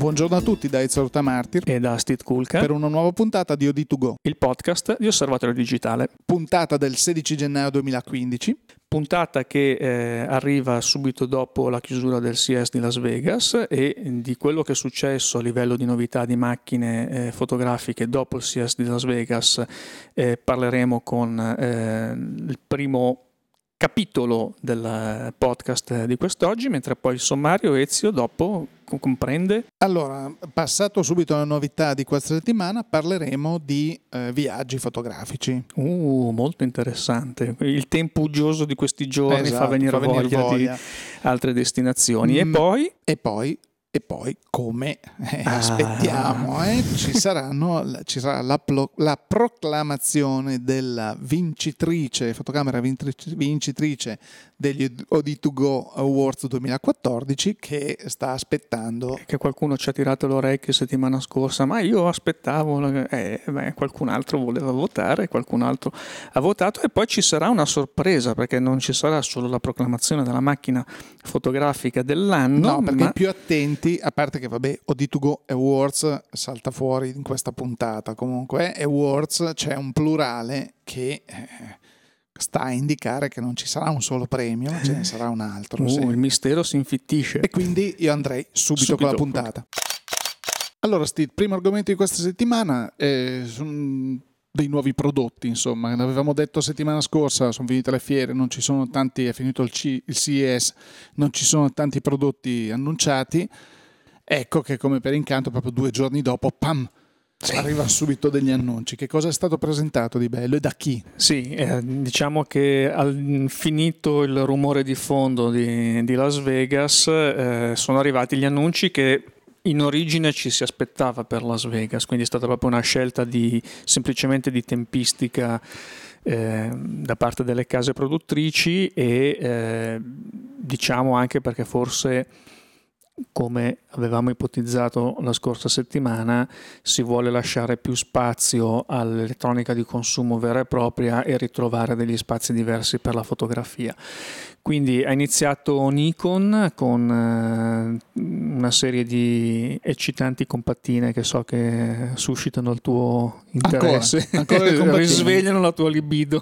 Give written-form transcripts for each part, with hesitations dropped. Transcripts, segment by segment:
Buongiorno a tutti da Ezio Martir e da Steve Kulka per una nuova puntata di OD2Go, il podcast di Osservatorio Digitale. Puntata del 16 gennaio 2015. Puntata che arriva subito dopo la chiusura del CES di Las Vegas e di quello che è successo a livello di novità di macchine fotografiche dopo il CES di Las Vegas. Parleremo con il primo capitolo del podcast di quest'oggi, mentre poi il sommario Ezio dopo comprende. Allora, passato subito alla novità di questa settimana, parleremo di viaggi fotografici. Molto interessante. Il tempo uggioso di questi giorni Esatto, fa venire voglia di altre destinazioni. E poi, come aspettiamo, ci sarà la proclamazione della fotocamera vincitrice degli OD2Go Awards 2014, che sta aspettando. Che qualcuno ci ha tirato l'orecchio settimana scorsa, ma io aspettavo, qualcun altro voleva votare, qualcun altro ha votato, e poi ci sarà una sorpresa, perché non ci sarà solo la proclamazione della macchina fotografica dell'anno. No, perché più attenti, a parte che OD2Go Awards salta fuori in questa puntata, comunque Awards c'è un plurale che sta a indicare che non ci sarà un solo premio, ma ce ne sarà un altro. Il mistero si infittisce. E quindi io andrei subito con la puntata. Allora, Steve, primo argomento di questa settimana sono dei nuovi prodotti, insomma. L'avevamo detto settimana scorsa, sono finite le fiere, non ci sono tanti, è finito il CES, non ci sono tanti prodotti annunciati. Ecco che come per incanto, proprio 2 giorni dopo, arrivano subito degli annunci. Che cosa è stato presentato di bello e da chi? Sì, diciamo che finito il rumore di fondo di Las Vegas, sono arrivati gli annunci che in origine ci si aspettava per Las Vegas, quindi è stata proprio una scelta semplicemente di tempistica da parte delle case produttrici e diciamo anche perché forse, come avevamo ipotizzato la scorsa settimana, si vuole lasciare più spazio all'elettronica di consumo vera e propria e ritrovare degli spazi diversi per la fotografia. Quindi ha iniziato Nikon con una serie di eccitanti compattine che so che suscitano il tuo interesse, ancora risvegliano la tua libido.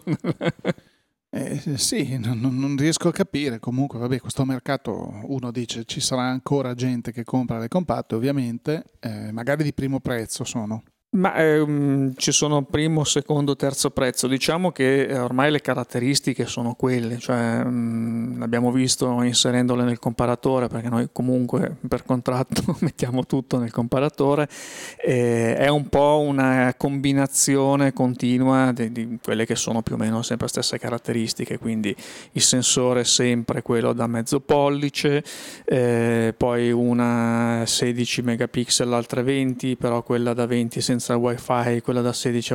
Sì, non riesco a capire. Comunque, questo mercato, uno dice ci sarà ancora gente che compra le compatte, ovviamente, magari di primo prezzo sono. Ma ci sono primo, secondo, terzo prezzo. Diciamo che ormai le caratteristiche sono quelle, cioè l'abbiamo visto inserendole nel comparatore, perché noi comunque per contratto mettiamo tutto nel comparatore. È un po' una combinazione continua di quelle che sono più o meno sempre le stesse caratteristiche, quindi il sensore sempre quello da mezzo pollice, poi una 16 megapixel, l'altra 20, però quella da 20 senza wifi, quella da 16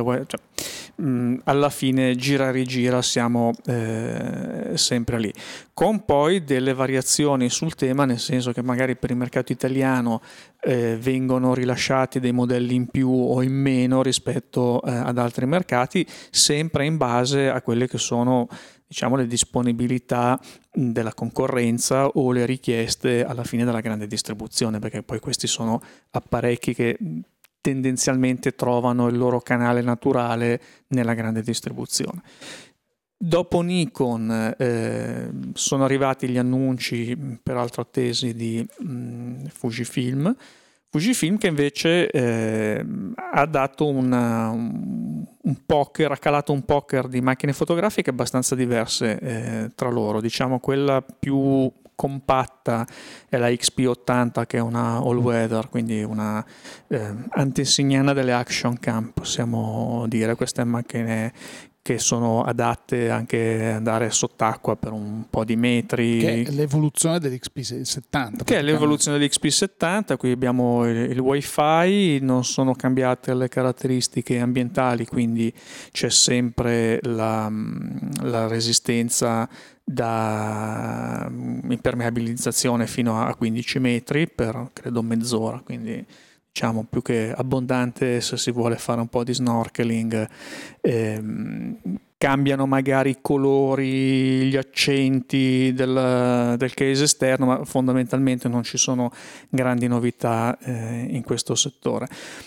alla fine gira e rigira siamo sempre lì, con poi delle variazioni sul tema, nel senso che magari per il mercato italiano vengono rilasciati dei modelli in più o in meno rispetto ad altri mercati, sempre in base a quelle che sono, diciamo, le disponibilità della concorrenza o le richieste alla fine della grande distribuzione, perché poi questi sono apparecchi che tendenzialmente trovano il loro canale naturale nella grande distribuzione. Dopo Nikon sono arrivati gli annunci, peraltro attesi, di Fujifilm che invece ha dato un poker, ha calato un poker di macchine fotografiche abbastanza diverse tra loro. Diciamo quella più compatta è la XP80, che è una all-weather, quindi una antesignana delle action cam, possiamo dire. Queste macchine che sono adatte anche ad andare sott'acqua per un po' di metri. Che è l'evoluzione dell'XP70. Che è l'evoluzione dell'XP70, qui abbiamo il wifi, non sono cambiate le caratteristiche ambientali, quindi c'è sempre la resistenza da impermeabilizzazione fino a 15 metri per credo mezz'ora, quindi diciamo più che abbondante se si vuole fare un po' di snorkeling. cambiano magari i colori, gli accenti del case esterno, ma fondamentalmente non ci sono grandi novità in questo settore.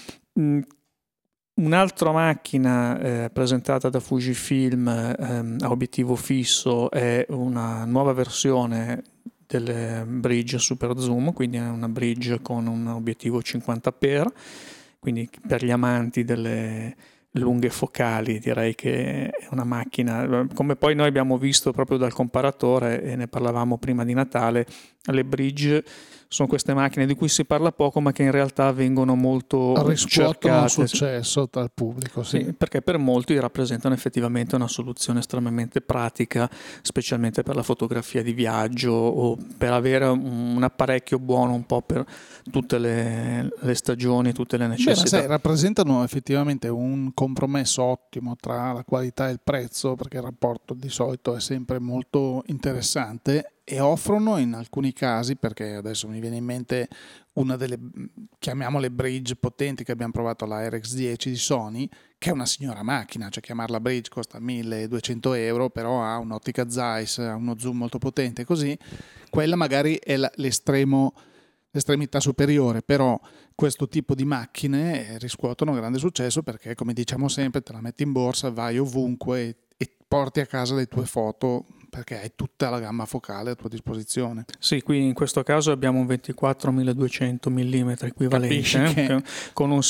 Un'altra macchina presentata da Fujifilm a obiettivo fisso è una nuova versione delle bridge super zoom, quindi è una bridge con un obiettivo 50x, quindi per gli amanti delle lunghe focali direi che è una macchina, come poi noi abbiamo visto proprio dal comparatore e ne parlavamo prima di Natale, le bridge sono queste macchine di cui si parla poco ma che in realtà vengono molto riscuotono un cercate. successo tra il pubblico, sì. Sì, perché per molti rappresentano effettivamente una soluzione estremamente pratica, specialmente per la fotografia di viaggio o per avere un apparecchio buono un po' per tutte le stagioni, tutte le necessità. Sai, rappresentano effettivamente un compromesso ottimo tra la qualità e il prezzo, perché il rapporto di solito è sempre molto interessante, e offrono in alcuni casi, perché adesso mi viene in mente una delle, chiamiamole bridge potenti che abbiamo provato, la RX10 di Sony, che è una signora macchina, cioè chiamarla bridge costa 1.200 euro, però ha un'ottica Zeiss, ha uno zoom molto potente, così quella magari è l'estremità superiore, però questo tipo di macchine riscuotono grande successo perché, come diciamo sempre, te la metti in borsa, vai ovunque e porti a casa le tue foto perché hai tutta la gamma focale a tua disposizione. Sì, qui in questo caso abbiamo un 24-1200 mm equivalente, con un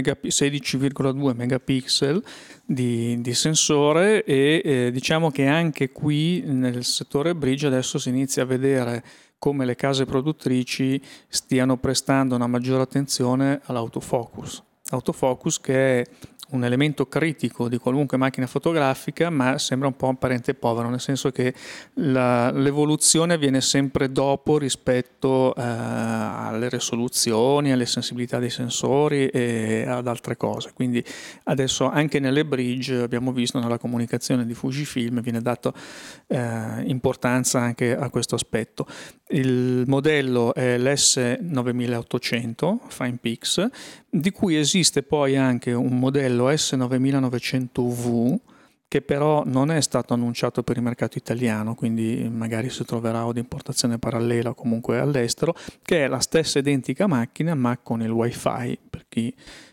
16,2 megapixel di sensore e diciamo che anche qui nel settore bridge adesso si inizia a vedere come le case produttrici stiano prestando una maggiore attenzione all'autofocus. Autofocus che è un elemento critico di qualunque macchina fotografica, ma sembra un po' un parente povero, nel senso che l'evoluzione avviene sempre dopo rispetto alle risoluzioni, alle sensibilità dei sensori e ad altre cose. Quindi adesso anche nelle bridge abbiamo visto nella comunicazione di Fujifilm viene data importanza anche a questo aspetto. Il modello è l'S9800 FinePix, di cui esiste poi anche un modello S9900V che però non è stato annunciato per il mercato italiano, quindi magari si troverà o di importazione parallela o comunque all'estero, che è la stessa identica macchina ma con il Wi-Fi per chi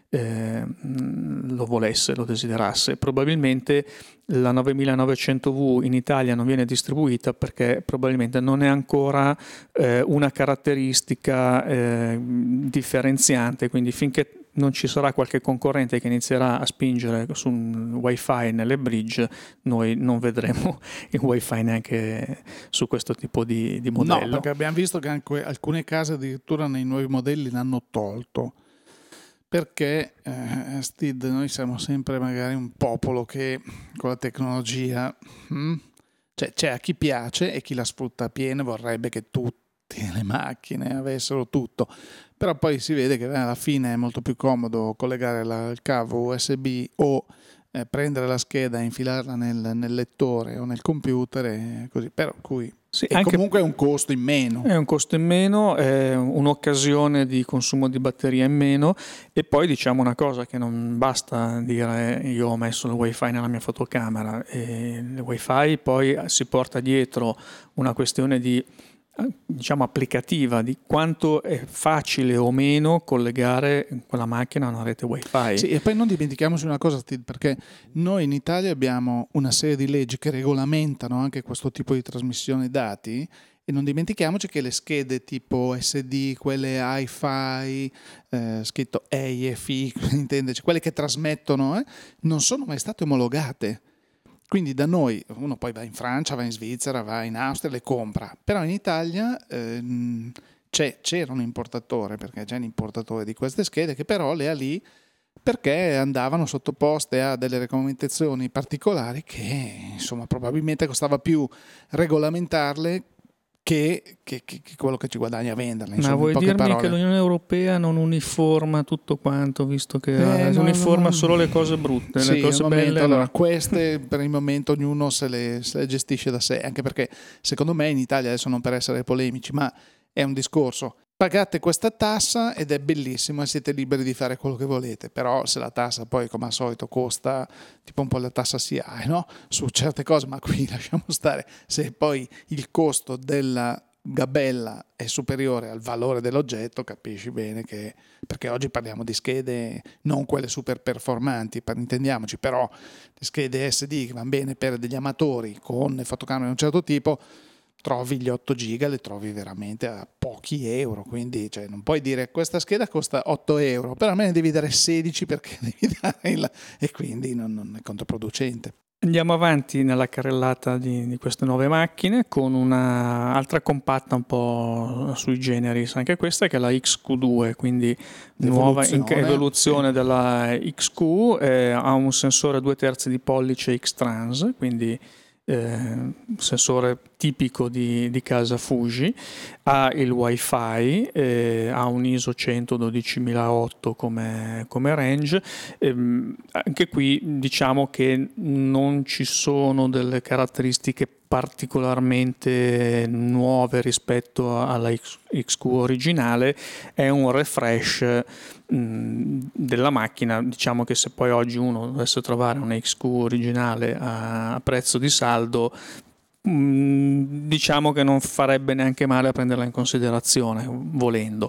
lo volesse, lo desiderasse. Probabilmente la 9900V in Italia non viene distribuita perché probabilmente non è ancora una caratteristica differenziante, quindi finché non ci sarà qualche concorrente che inizierà a spingere su un wifi nelle bridge, noi non vedremo il wifi neanche su questo tipo di modello. No, perché abbiamo visto che anche alcune case addirittura nei nuovi modelli l'hanno tolto. Perché, Steve, noi siamo sempre magari un popolo che con la tecnologia, cioè c'è a chi piace e chi la sfrutta a pieno vorrebbe che tutte le macchine avessero tutto, però poi si vede che alla fine è molto più comodo collegare il cavo USB o prendere la scheda e infilarla nel lettore o nel computer e così, per cui sì, e comunque è un costo in meno. È un costo in meno, è un'occasione di consumo di batteria in meno e poi diciamo una cosa che non basta dire io ho messo il wifi nella mia fotocamera, il wifi poi si porta dietro una questione di diciamo applicativa di quanto è facile o meno collegare quella macchina a una rete wifi. Sì, e poi non dimentichiamoci una cosa, Steve, perché noi in Italia abbiamo una serie di leggi che regolamentano anche questo tipo di trasmissione dati e non dimentichiamoci che le schede tipo SD, quelle Hi-Fi, scritto EFI, intenderci, quelle che trasmettono, non sono mai state omologate. Quindi da noi, uno poi va in Francia, va in Svizzera, va in Austria, le compra, però in Italia c'era un importatore, perché c'è un importatore di queste schede che però le ha lì perché andavano sottoposte a delle regolamentazioni particolari che insomma probabilmente costava più regolamentarle che quello che ci guadagna a venderle. Ma vuoi dirmi parole. Che l'Unione Europea non uniforma tutto quanto, visto che uniforma solo le cose brutte, sì, le cose belle? Allora, queste per il momento ognuno se le gestisce da sé, anche perché secondo me in Italia, adesso non per essere polemici, ma è un discorso, pagate questa tassa ed è bellissimo e siete liberi di fare quello che volete, però se la tassa poi come al solito costa tipo un po' la tassa SIAE, no? Su certe cose, ma qui lasciamo stare, se poi il costo della gabella è superiore al valore dell'oggetto, capisci bene che, perché oggi parliamo di schede non quelle super performanti, intendiamoci, però le schede SD che vanno bene per degli amatori con fotocamere di un certo tipo, trovi gli 8 giga, le trovi veramente a pochi euro, quindi cioè, non puoi dire questa scheda costa 8 euro, però a me ne devi dare 16 perché devi dare e quindi non è controproducente. Andiamo avanti nella carrellata di queste nuove macchine con una altra compatta un po' sui generis, anche questa che è la XQ2, quindi nuova evoluzione della XQ, ha un sensore 2/3 di pollice X-Trans, quindi sensore tipico di casa Fuji, ha il wifi, ha un ISO 12008 come range, anche qui diciamo che non ci sono delle caratteristiche particolarmente nuove rispetto alla XQ originale, è un refresh della macchina. Diciamo che se poi oggi uno dovesse trovare una XQ originale a prezzo di saldo, diciamo che non farebbe neanche male a prenderla in considerazione volendo.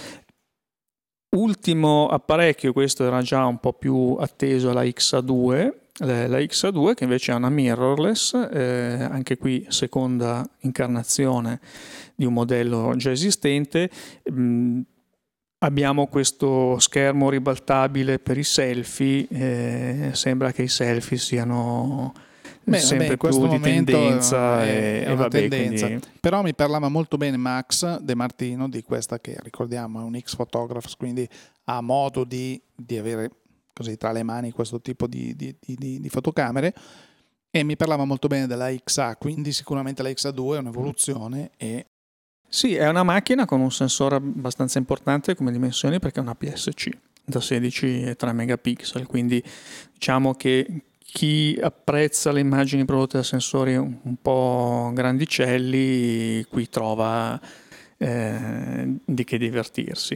Ultimo apparecchio, questo era già un po' più atteso, la XA2. La XA2 che invece ha una mirrorless, anche qui seconda incarnazione di un modello già esistente. Abbiamo questo schermo ribaltabile per i selfie, sembra che i selfie siano sempre più di tendenza, è una tendenza. Quindi... Però mi parlava molto bene Max De Martino di questa che ricordiamo è un X-Photographers, quindi ha modo di avere così tra le mani questo tipo di fotocamere, e mi parlava molto bene della XA, quindi sicuramente la XA2 è un'evoluzione. E sì, è una macchina con un sensore abbastanza importante come dimensioni perché è una APS-C da 16 e 3 megapixel, quindi diciamo che chi apprezza le immagini prodotte da sensori un po' grandicelli qui trova di che divertirsi.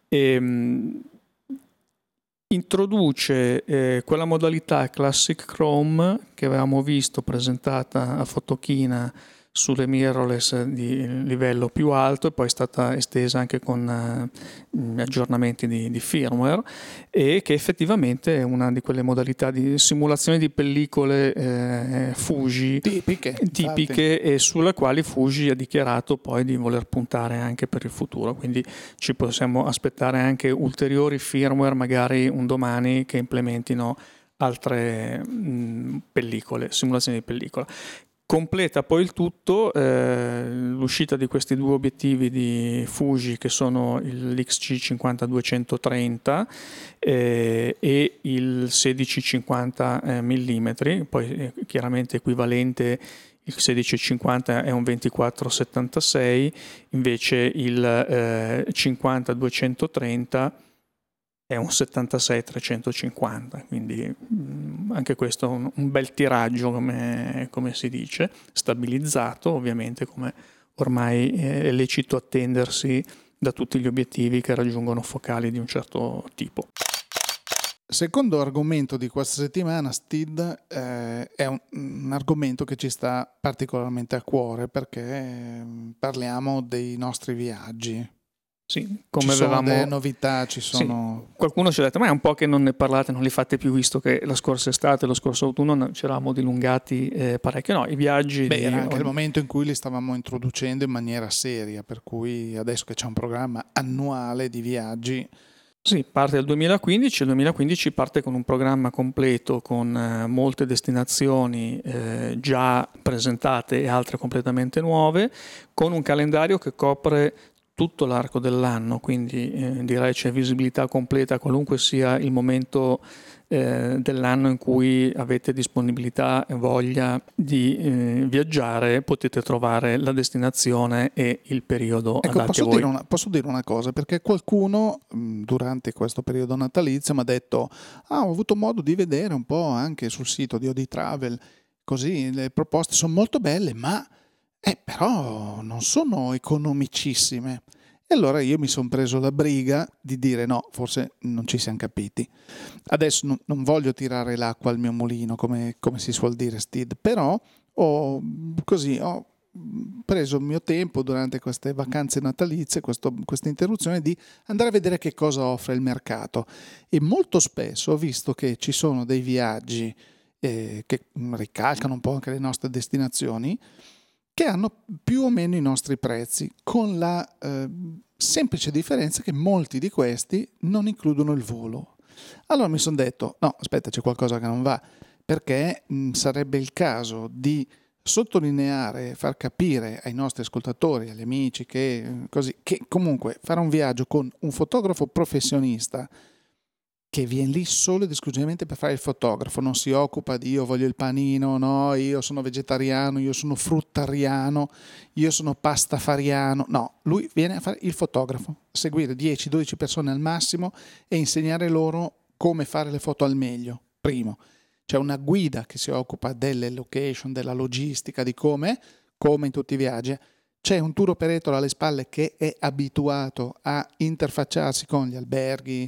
Introduce quella modalità Classic Chrome che avevamo visto presentata a Fotochina sulle mirrorless di livello più alto e poi è stata estesa anche con aggiornamenti di firmware, e che effettivamente è una di quelle modalità di simulazione di pellicole Fuji tipiche e sulle quali Fuji ha dichiarato poi di voler puntare anche per il futuro, quindi ci possiamo aspettare anche ulteriori firmware magari un domani che implementino altre pellicole, simulazioni di pellicola. Completa poi il tutto l'uscita di questi due obiettivi di Fuji che sono l'XC50-230 e il 16-50 mm, poi chiaramente equivalente il 1650 è un 24-76, invece il 50-230 è un 76-350, quindi anche questo è un bel tiraggio come si dice, stabilizzato ovviamente come ormai è lecito attendersi da tutti gli obiettivi che raggiungono focali di un certo tipo. Secondo argomento di questa settimana, Steed, è un argomento che ci sta particolarmente a cuore perché parliamo dei nostri viaggi. Sì, come ci avevamo... sono delle novità, ci sono... Sì. Qualcuno ci ha detto, ma è un po' che non ne parlate, non li fate più, visto che la scorsa estate, lo scorso autunno ci eravamo dilungati parecchio. No, i viaggi... era anche il momento in cui li stavamo introducendo in maniera seria, per cui adesso che c'è un programma annuale di viaggi... Sì, parte dal 2015, il 2015 parte con un programma completo con molte destinazioni già presentate e altre completamente nuove, con un calendario che copre tutto l'arco dell'anno, quindi direi c'è visibilità completa qualunque sia il momento dell'anno in cui avete disponibilità e voglia di viaggiare, potete trovare la destinazione e il periodo adatti a voi. Posso dire una cosa, perché qualcuno durante questo periodo natalizio mi ha detto ho avuto modo di vedere un po' anche sul sito di OD Travel, così le proposte sono molto belle, ma però non sono economicissime. E allora io mi sono preso la briga di dire no, forse non ci siamo capiti. Adesso non voglio tirare l'acqua al mio mulino, come si suol dire, Steve, però ho preso il mio tempo durante queste vacanze natalizie, questa interruzione, di andare a vedere che cosa offre il mercato. E molto spesso ho visto che ci sono dei viaggi che ricalcano un po' anche le nostre destinazioni, che hanno più o meno i nostri prezzi, con la semplice differenza che molti di questi non includono il volo. Allora mi sono detto, no, aspetta, c'è qualcosa che non va, perché sarebbe il caso di sottolineare, far capire ai nostri ascoltatori, agli amici, che comunque fare un viaggio con un fotografo professionista che viene lì solo ed esclusivamente per fare il fotografo, non si occupa di io voglio il panino, no, io sono vegetariano, io sono fruttariano, io sono pastafariano, no, lui viene a fare il fotografo, seguire 10-12 persone al massimo e insegnare loro come fare le foto al meglio, primo. C'è una guida che si occupa delle location, della logistica, di come in tutti i viaggi. C'è un tour operator alle spalle che è abituato a interfacciarsi con gli alberghi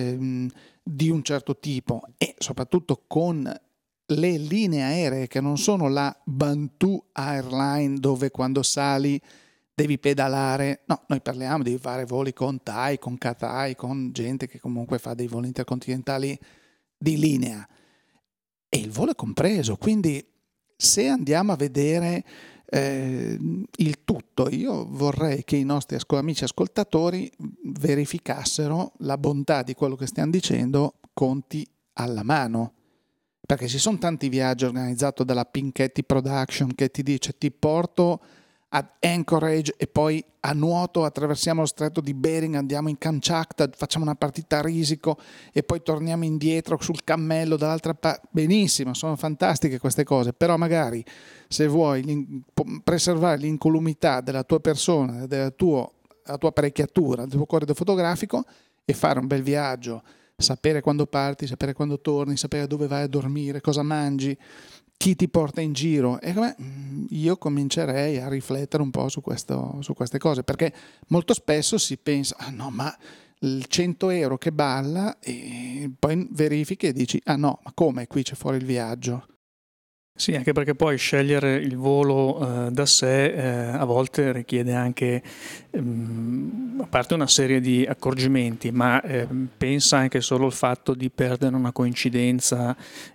di un certo tipo e soprattutto con le linee aeree che non sono la Bantu Airline dove quando sali devi pedalare. No, noi parliamo di fare voli con Thai, con Cathay, con gente che comunque fa dei voli intercontinentali di linea. E il volo è compreso, quindi se andiamo a vedere il tutto, io vorrei che i nostri amici ascoltatori verificassero la bontà di quello che stiamo dicendo, conti alla mano, perché ci sono tanti viaggi organizzati dalla Pinchetti Production che ti dice ti porto ad Anchorage e poi a nuoto attraversiamo lo stretto di Bering, andiamo in Kamchatka, facciamo una partita a risico e poi torniamo indietro sul cammello dall'altra parte. Benissimo, sono fantastiche queste cose, però magari se vuoi preservare l'incolumità della tua persona, della tua apparecchiatura, del tuo corrido fotografico e fare un bel viaggio, sapere quando parti, sapere quando torni, sapere dove vai a dormire, cosa mangi, chi ti porta in giro, e io comincerei a riflettere un po' su queste cose, perché molto spesso si pensa no, ma il 100 euro che balla, e poi verifichi e dici no, ma come, qui c'è fuori il viaggio. Sì, anche perché poi scegliere il volo da sé a volte richiede anche, a parte una serie di accorgimenti, ma pensa anche solo al fatto di perdere una coincidenza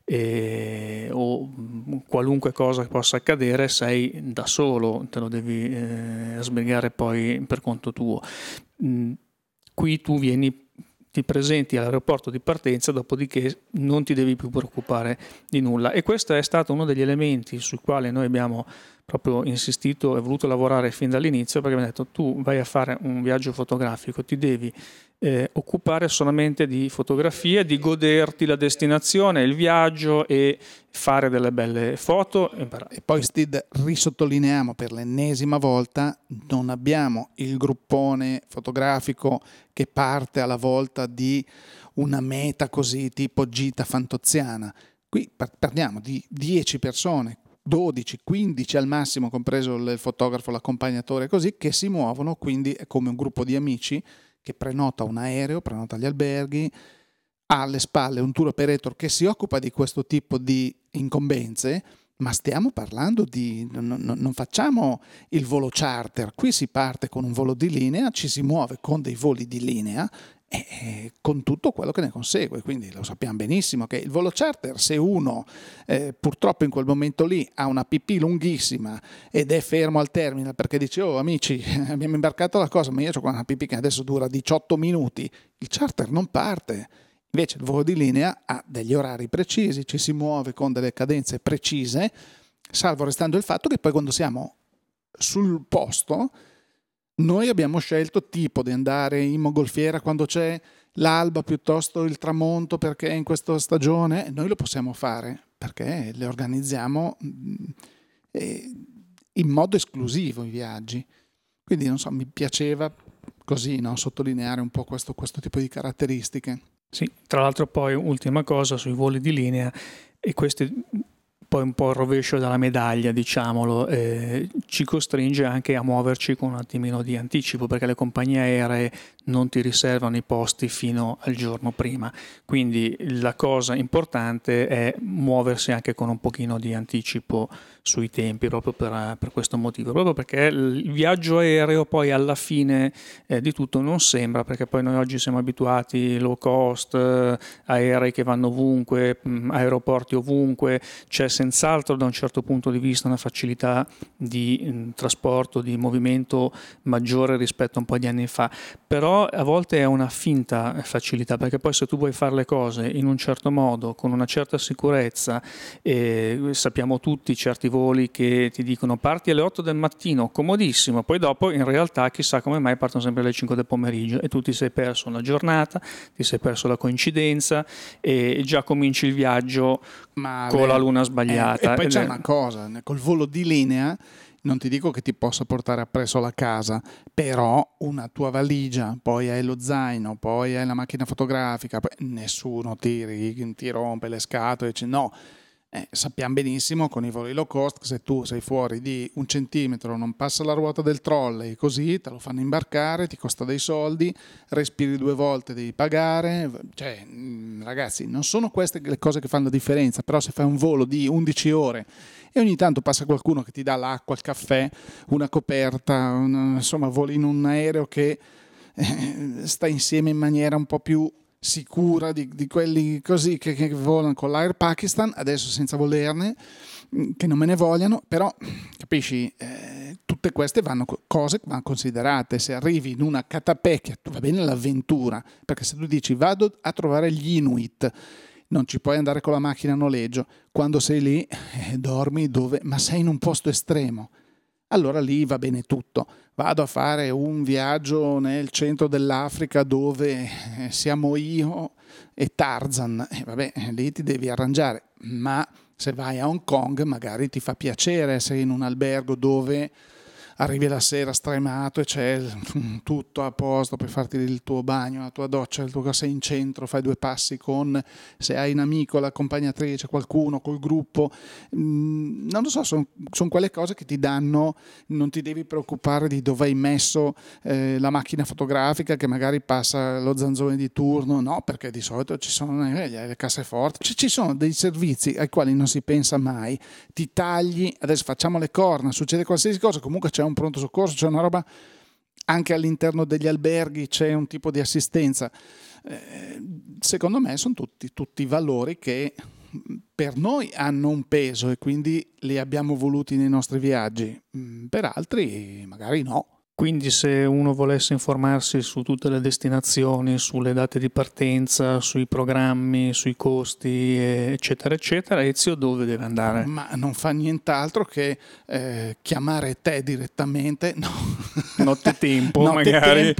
o qualunque cosa che possa accadere, sei da solo, te lo devi sbrigare poi per conto tuo. Qui tu ti presenti all'aeroporto di partenza, dopodiché non ti devi più preoccupare di nulla. E questo è stato uno degli elementi sui quali noi abbiamo proprio insistito e voluto lavorare fin dall'inizio, perché abbiamo detto tu vai a fare un viaggio fotografico, ti devi occupare solamente di fotografie, di goderti la destinazione, il viaggio e fare delle belle foto. E poi Steve, risottolineiamo per l'ennesima volta, non abbiamo il gruppone fotografico che parte alla volta di una meta così tipo gita fantoziana. Qui parliamo di 10 persone, 12, 15 al massimo, compreso il fotografo, l'accompagnatore, così, che si muovono, quindi è come un gruppo di amici che prenota un aereo, prenota gli alberghi, ha alle spalle un tour operator che si occupa di questo tipo di incombenze, ma stiamo parlando di... non facciamo il volo charter, qui si parte con un volo di linea, ci si muove con dei voli di linea e con tutto quello che ne consegue, quindi lo sappiamo benissimo che il volo charter, se uno purtroppo in quel momento lì ha una pipì lunghissima ed è fermo al terminal perché dice oh amici abbiamo imbarcato la cosa ma io ho una pipì che adesso dura 18 minuti, il charter non parte. Invece il volo di linea ha degli orari precisi, ci si muove con delle cadenze precise, salvo restando il fatto che poi quando siamo sul posto noi abbiamo scelto tipo di andare in mongolfiera quando c'è l'alba piuttosto il tramonto perché in questa stagione noi lo possiamo fare perché le organizziamo in modo esclusivo i viaggi. Quindi non so, mi piaceva così sottolineare un po' questo tipo di caratteristiche. Sì, tra l'altro poi ultima cosa sui voli di linea, e questi poi un po' il rovescio della medaglia, diciamolo, ci costringe anche a muoverci con un attimino di anticipo, perché le compagnie aeree non ti riservano i posti fino al giorno prima, quindi la cosa importante è muoversi anche con un pochino di anticipo sui tempi, proprio per questo motivo, proprio perché il viaggio aereo poi alla fine di tutto non sembra, perché poi noi oggi siamo abituati low cost, aerei che vanno ovunque, aeroporti ovunque, c'è senz'altro da un certo punto di vista una facilità di trasporto, di movimento maggiore rispetto a un po' di anni fa, però a volte è una finta facilità, perché poi se tu vuoi fare le cose in un certo modo, con una certa sicurezza, sappiamo tutti certi voli che ti dicono parti alle 8 del mattino, comodissimo, poi dopo in realtà chissà come mai partono sempre alle 5 del pomeriggio e tu ti sei perso una giornata, ti sei perso la coincidenza e già cominci il viaggio con la luna sbagliata. E poi c'è una cosa, col volo di linea non ti dico che ti possa portare appresso la casa, però una tua valigia, poi hai lo zaino, poi hai la macchina fotografica, poi nessuno ti rompe le scatole, no. Sappiamo benissimo con i voli low cost che se tu sei fuori di 1 centimetro, non passa la ruota del trolley, così te lo fanno imbarcare, ti costa dei soldi, respiri 2 volte, devi pagare, cioè ragazzi non sono queste le cose che fanno la differenza, però se fai un volo di 11 ore e ogni tanto passa qualcuno che ti dà l'acqua, il caffè, una coperta, insomma voli in un aereo che sta insieme in maniera un po' più sicura di quelli così che volano con l'Air Pakistan, adesso senza volerne, che non me ne vogliano, però capisci, tutte queste cose che vanno considerate. Se arrivi in una catapecchia, va bene l'avventura, perché se tu dici vado a trovare gli Inuit, non ci puoi andare con la macchina a noleggio, quando sei lì dormi dove, ma sei in un posto estremo. Allora lì va bene tutto. Vado a fare un viaggio nel centro dell'Africa dove siamo io e Tarzan. Vabbè, lì ti devi arrangiare. Ma se vai a Hong Kong magari ti fa piacere, sei in un albergo dove arrivi la sera stremato e c'è tutto a posto per farti il tuo bagno, la tua doccia, sei in centro, fai 2 passi con, se hai un amico, l'accompagnatrice, qualcuno, col gruppo, non lo so, sono quelle cose che ti danno, non ti devi preoccupare di dove hai messo la macchina fotografica che magari passa lo zanzone di turno, no, perché di solito ci sono le casseforti, ci sono dei servizi ai quali non si pensa mai, ti tagli, adesso facciamo le corna, succede qualsiasi cosa, comunque c'è un pronto soccorso, c'è una roba, anche all'interno degli alberghi c'è un tipo di assistenza. Secondo me sono tutti valori che per noi hanno un peso e quindi li abbiamo voluti nei nostri viaggi, per altri magari no. Quindi se uno volesse informarsi su tutte le destinazioni, sulle date di partenza, sui programmi, sui costi, eccetera, eccetera, Ezio dove deve andare? Ma non fa nient'altro che chiamare te direttamente, no. Nottetempo magari.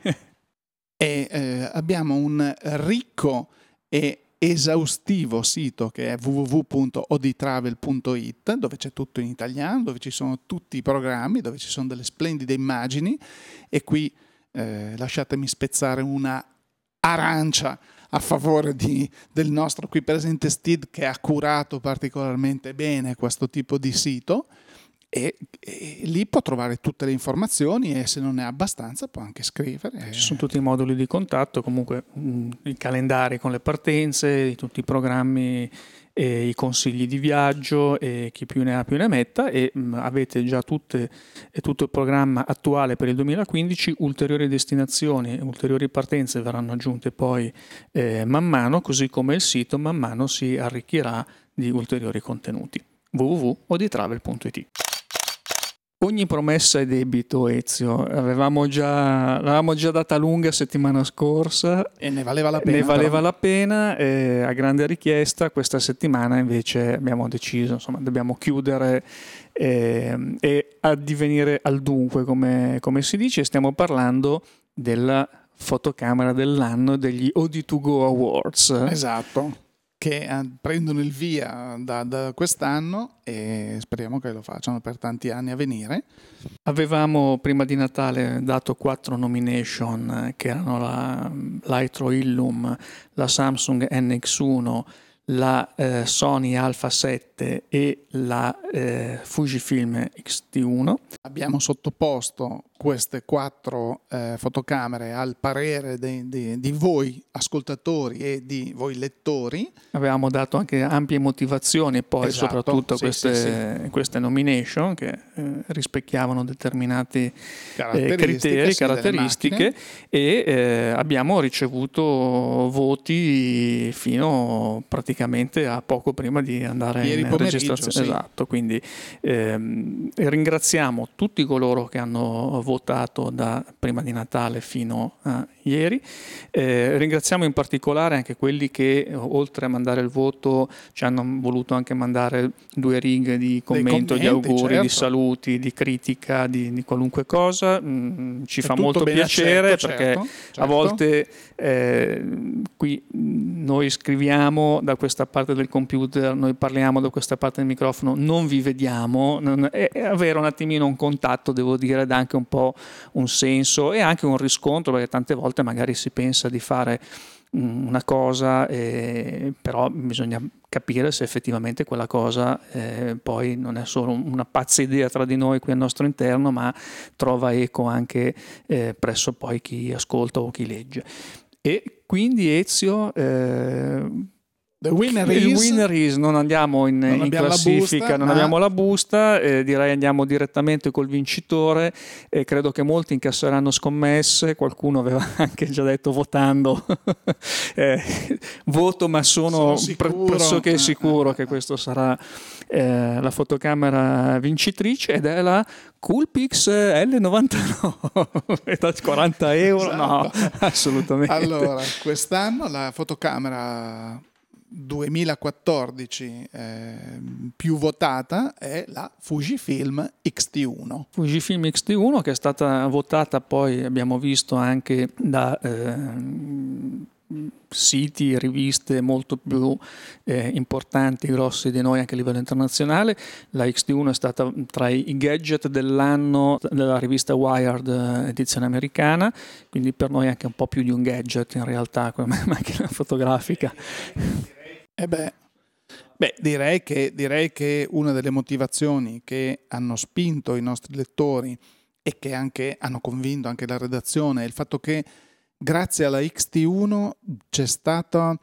E abbiamo un ricco e esaustivo sito che è www.oditravel.it, dove c'è tutto in italiano, dove ci sono tutti i programmi, dove ci sono delle splendide immagini e qui lasciatemi spezzare una arancia a favore del nostro qui presente Steed, che ha curato particolarmente bene questo tipo di sito e lì può trovare tutte le informazioni e se non ne ha abbastanza può anche scrivere. Ci sono tutti i moduli di contatto, comunque i calendari con le partenze, tutti i programmi e i consigli di viaggio e chi più ne ha più ne metta e avete già tutto il programma attuale per il 2015, ulteriori destinazioni, ulteriori partenze verranno aggiunte poi man mano, così come il sito man mano si arricchirà di ulteriori contenuti. www.oditravel.it. Ogni promessa è debito, Ezio. L'avevamo già data lunga settimana scorsa. E ne valeva la pena. Ne valeva la pena, a grande richiesta. Questa settimana invece abbiamo deciso, insomma, dobbiamo chiudere e addivenire al dunque, come si dice. Stiamo parlando della fotocamera dell'anno degli Odi2Go Awards. Esatto. Che prendono il via da quest'anno e speriamo che lo facciano per tanti anni a venire. Avevamo prima di Natale dato 4 nomination che erano la Lytro Illum, la Samsung NX1, la Sony Alpha 7 e la Fujifilm X-T1. Abbiamo sottoposto queste 4 fotocamere al parere di voi ascoltatori e di voi lettori. Avevamo dato anche ampie motivazioni e poi soprattutto queste nomination che rispecchiavano determinati criteri, caratteristiche, e abbiamo ricevuto voti fino praticamente a poco prima di andare in registrazione. Esatto, quindi ringraziamo tutti coloro che hanno votato da prima di Natale fino a ieri. Ringraziamo in particolare anche quelli che, oltre a mandare il voto, ci hanno voluto anche mandare 2 righe di commento, di auguri, di saluti, di critica, di qualunque cosa. Ci fa molto piacere, perché a volte qui noi scriviamo da questa parte del computer, noi parliamo da questa parte del microfono, non vi vediamo, e avere un attimino un contatto, devo dire, dà anche un po' un senso e anche un riscontro, perché tante volte magari si pensa di fare una cosa, però bisogna capire se effettivamente quella cosa poi non è solo una pazza idea tra di noi qui al nostro interno, ma trova eco anche presso poi chi ascolta o chi legge. E quindi Ezio, il winner is, non andiamo in classifica, non abbiamo la busta, direi andiamo direttamente col vincitore. Credo che molti incasseranno scommesse, qualcuno aveva anche già detto votando voto, ma sono pressoché sicuro che questo sarà la fotocamera vincitrice, ed è la Coolpix L99 da 40 euro. Esatto. No, assolutamente. Allora, quest'anno la fotocamera 2014 più votata è la Fujifilm X-T1. Fujifilm X-T1, che è stata votata poi, abbiamo visto, anche da siti, riviste molto più importanti, grossi di noi anche a livello internazionale. La X-T1 è stata tra i gadget dell'anno della rivista Wired, edizione americana, quindi per noi anche un po' più di un gadget in realtà come macchina fotografica. Direi che una delle motivazioni che hanno spinto i nostri lettori e che anche hanno convinto anche la redazione è il fatto che grazie alla X-T1 c'è stato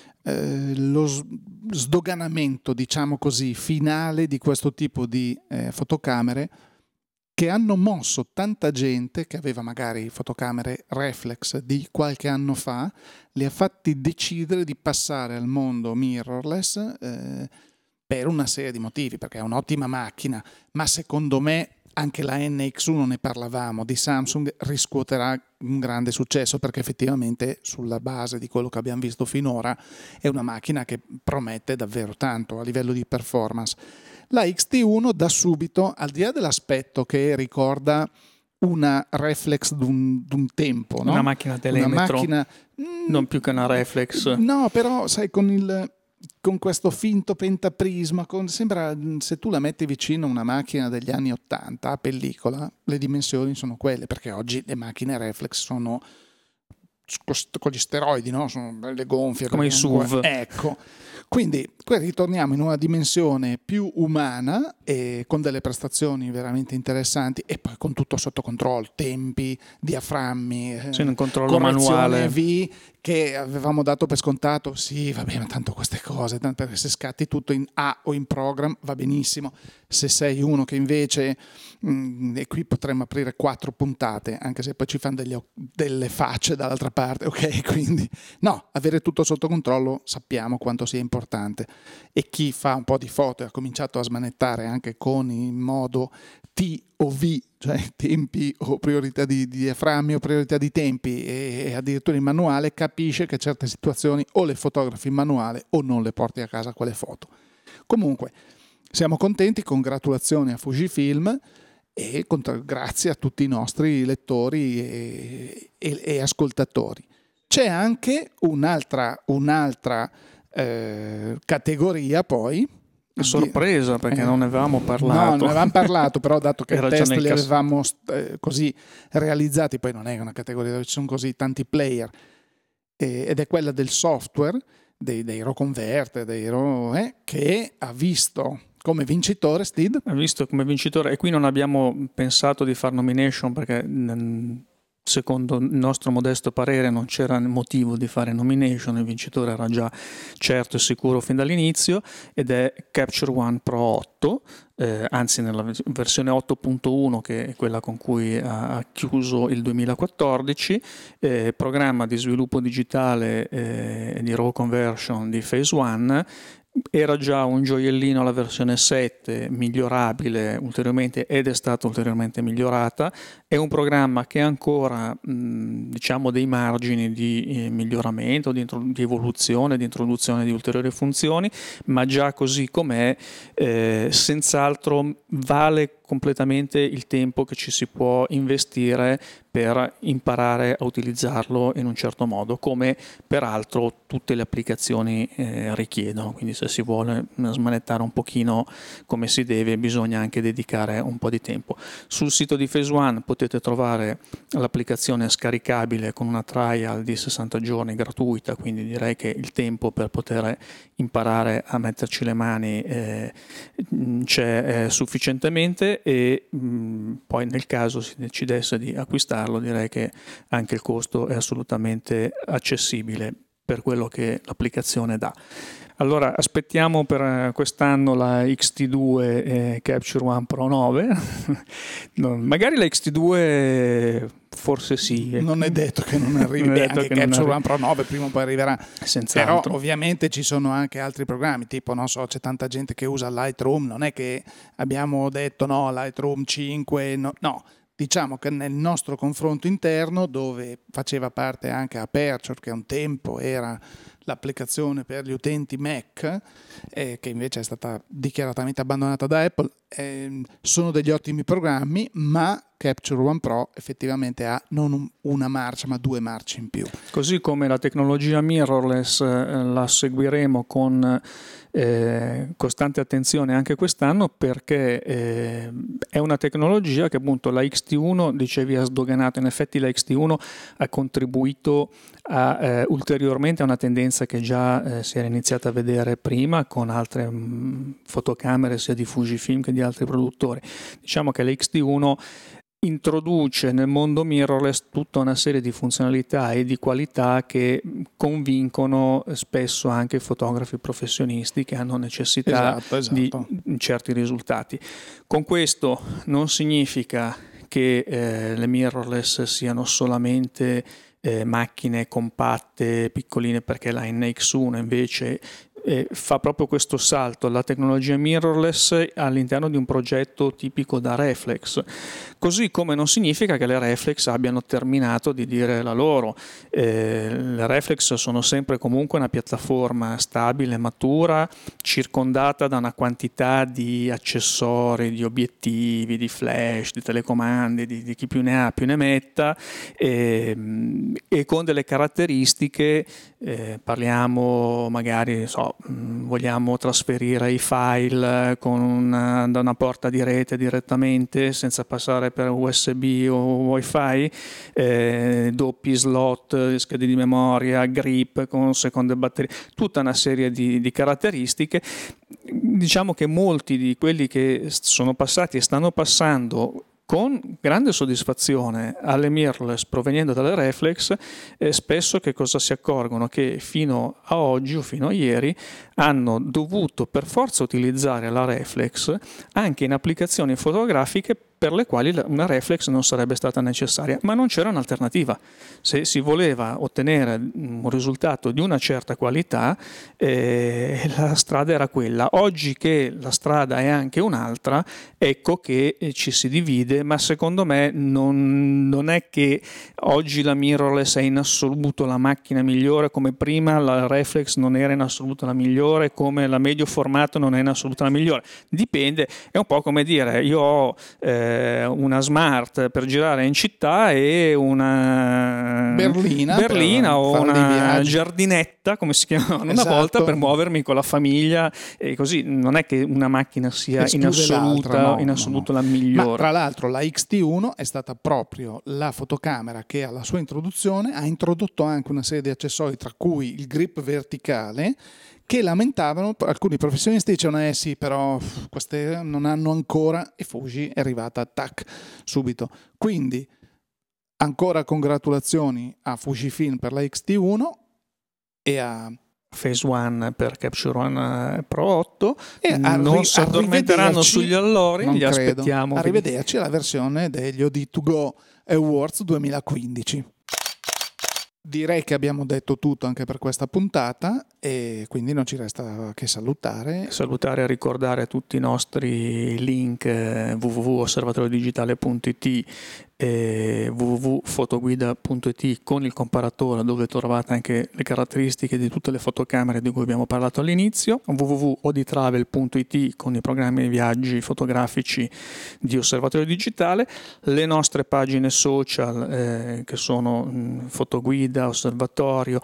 lo sdoganamento, diciamo così, finale di questo tipo di fotocamere, che hanno mosso tanta gente che aveva magari fotocamere reflex di qualche anno fa, li ha fatti decidere di passare al mondo mirrorless per una serie di motivi, perché è un'ottima macchina, ma secondo me anche la NX1, ne parlavamo, di Samsung, riscuoterà un grande successo, perché effettivamente sulla base di quello che abbiamo visto finora è una macchina che promette davvero tanto a livello di performance. La X-T1 da subito, al di là dell'aspetto che ricorda una reflex d'un tempo, no? Una macchina telemetro, non più che una reflex. No, però sai, con questo finto pentaprisma, sembra, se tu la metti vicino a una macchina degli anni 80 a pellicola, le dimensioni sono quelle, perché oggi le macchine reflex sono con gli steroidi, no? Sono belle gonfie come i SUV. Ecco, quindi qui ritorniamo in una dimensione più umana e con delle prestazioni veramente interessanti, e poi con tutto sotto controllo, tempi, diaframmi, un controllo manuale V, che avevamo dato per scontato. Sì, va bene, tanto queste cose, perché se scatti tutto in A o in program va benissimo. Se sei uno che invece, e qui potremmo aprire 4 puntate, anche se poi ci fanno delle facce dall'altra parte, ok? Quindi no, avere tutto sotto controllo sappiamo quanto sia importante, e chi fa un po' di foto e ha cominciato a smanettare anche con il modo T o V, cioè tempi o priorità di diaframmi o priorità di tempi, e addirittura in manuale, capisce che certe situazioni o le fotografi in manuale o non le porti a casa quelle foto. Comunque siamo contenti, congratulazioni a Fujifilm e grazie a tutti i nostri lettori e ascoltatori. C'è anche un'altra categoria poi, sorpresa, perché non ne avevamo parlato. No, ne avevamo parlato, però dato che il test li avevamo così realizzati, poi non è una categoria dove ci sono così tanti player, ed è quella del software dei RAW Converter, che ha visto come vincitore Steed. Ha visto come vincitore, e qui non abbiamo pensato di fare nomination perché secondo il nostro modesto parere non c'era motivo di fare nomination, il vincitore era già certo e sicuro fin dall'inizio, ed è Capture One Pro 8, anzi nella versione 8.1, che è quella con cui ha chiuso il 2014, programma di sviluppo digitale e di RAW conversion di Phase One. Era già un gioiellino la versione 7, migliorabile ulteriormente, ed è stata ulteriormente migliorata. È un programma che ha ancora diciamo dei margini di miglioramento, di evoluzione, di introduzione di ulteriori funzioni, ma già così com'è senz'altro vale completamente il tempo che ci si può investire per imparare a utilizzarlo in un certo modo, come peraltro tutte le applicazioni richiedono. Quindi se si vuole smanettare un pochino come si deve, bisogna anche dedicare un po' di tempo. Sul sito di Phase One potete trovare l'applicazione scaricabile con una trial di 60 giorni gratuita, quindi direi che il tempo per poter imparare a metterci le mani c'è sufficientemente, e poi nel caso si decidesse di acquistarlo, direi che anche il costo è assolutamente accessibile per quello che l'applicazione dà. Allora aspettiamo per quest'anno la XT2 Capture One Pro 9 no, magari la XT2 forse sì. Non è detto che non arrivi, anche Capture One Pro 9 prima o poi arriverà. Però ovviamente ci sono anche altri programmi, tipo non so, c'è tanta gente che usa Lightroom, non è che abbiamo detto no, Lightroom 5, no. Diciamo che nel nostro confronto interno, dove faceva parte anche Aperture, che un tempo era l'applicazione per gli utenti Mac, che invece è stata dichiaratamente abbandonata da Apple, sono degli ottimi programmi, ma Capture One Pro effettivamente ha non una marcia ma 2 marce in più. Così come la tecnologia mirrorless la seguiremo con costante attenzione anche quest'anno, perché è una tecnologia che appunto la XT1, dicevi, ha sdoganato. In effetti la XT1 ha contribuito ulteriormente a una tendenza che già si era iniziata a vedere prima con altre fotocamere sia di Fujifilm che di altri produttori. Diciamo che la XT1 introduce nel mondo mirrorless tutta una serie di funzionalità e di qualità che convincono spesso anche i fotografi professionisti che hanno necessità di certi risultati. Con questo non significa che le mirrorless siano solamente macchine compatte, piccoline, perché la NX1 invece fa proprio questo salto alla tecnologia mirrorless all'interno di un progetto tipico da reflex, così come non significa che le reflex abbiano terminato di dire la loro. Le reflex sono sempre comunque una piattaforma stabile, matura, circondata da una quantità di accessori, di obiettivi, di flash, di telecomandi, di chi più ne ha più ne metta, e con delle caratteristiche, parliamo magari, vogliamo trasferire i file da una porta di rete direttamente senza passare per USB o Wi-Fi, doppi slot, schede di memoria, grip con seconde batterie, tutta una serie di caratteristiche. Diciamo che molti di quelli che sono passati e stanno passando con grande soddisfazione alle mirrorless proveniendo dalle reflex, spesso che cosa si accorgono? Che fino a oggi o fino a ieri hanno dovuto per forza utilizzare la reflex anche in applicazioni fotografiche per le quali una reflex non sarebbe stata necessaria, ma non c'era un'alternativa. Se si voleva ottenere un risultato di una certa qualità, la strada era quella. Oggi che la strada è anche un'altra, ecco che ci si divide, ma secondo me non è che oggi la mirrorless è in assoluto la macchina migliore, come prima la reflex non era in assoluto la migliore, come la medio formato non è in assoluto la migliore. Dipende, è un po' come dire, io ho una Smart per girare in città e una berlina o una giardinetta, come si chiamava una volta, per muovermi con la famiglia, e così non è che una macchina sia in assoluto la migliore. Ma tra l'altro la X-T1 è stata proprio la fotocamera che alla sua introduzione ha introdotto anche una serie di accessori, tra cui il grip verticale, che lamentavano alcuni professionisti, dicevano sì, però queste non hanno ancora, e Fuji è arrivata subito. Quindi ancora congratulazioni a Fujifilm per la X-T1 e a Phase One per Capture One Pro 8, e non si addormenteranno sugli allori, li aspettiamo. Arrivederci alla versione degli OD2Go Awards 2015. Direi che abbiamo detto tutto anche per questa puntata, e quindi non ci resta che salutare e ricordare tutti i nostri link www.osservatoriodigitale.it e www.fotoguida.it con il comparatore, dove trovate anche le caratteristiche di tutte le fotocamere di cui abbiamo parlato all'inizio, www.odtravel.it con i programmi di viaggi fotografici di Osservatorio Digitale, le nostre pagine social che sono Fotoguida, Osservatorio,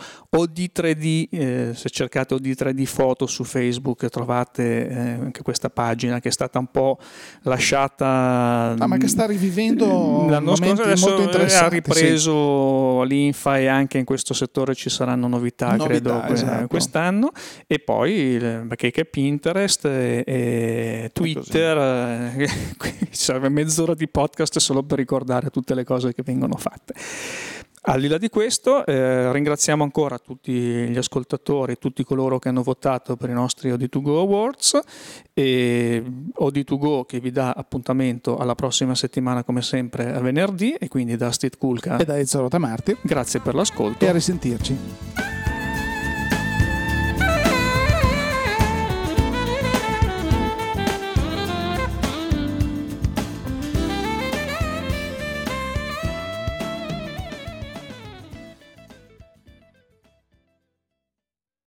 OD3D, se cercate OD3D foto su Facebook trovate anche questa pagina che è stata un po' lasciata, ma che sta rivivendo l'anno scorso, adesso ha ripreso l'infa, e anche in questo settore ci saranno novità credo esatto. Quest'anno, e poi perché Pinterest e Twitter, ci serve mezz'ora di podcast solo per ricordare tutte le cose che vengono fatte. Al di là di questo ringraziamo ancora tutti gli ascoltatori, tutti coloro che hanno votato per i nostri OD2Go Awards, e OD2Go che vi dà appuntamento alla prossima settimana come sempre a venerdì, e quindi da Steve Kulka e da Ezio Rotamarti, grazie per l'ascolto e a risentirci.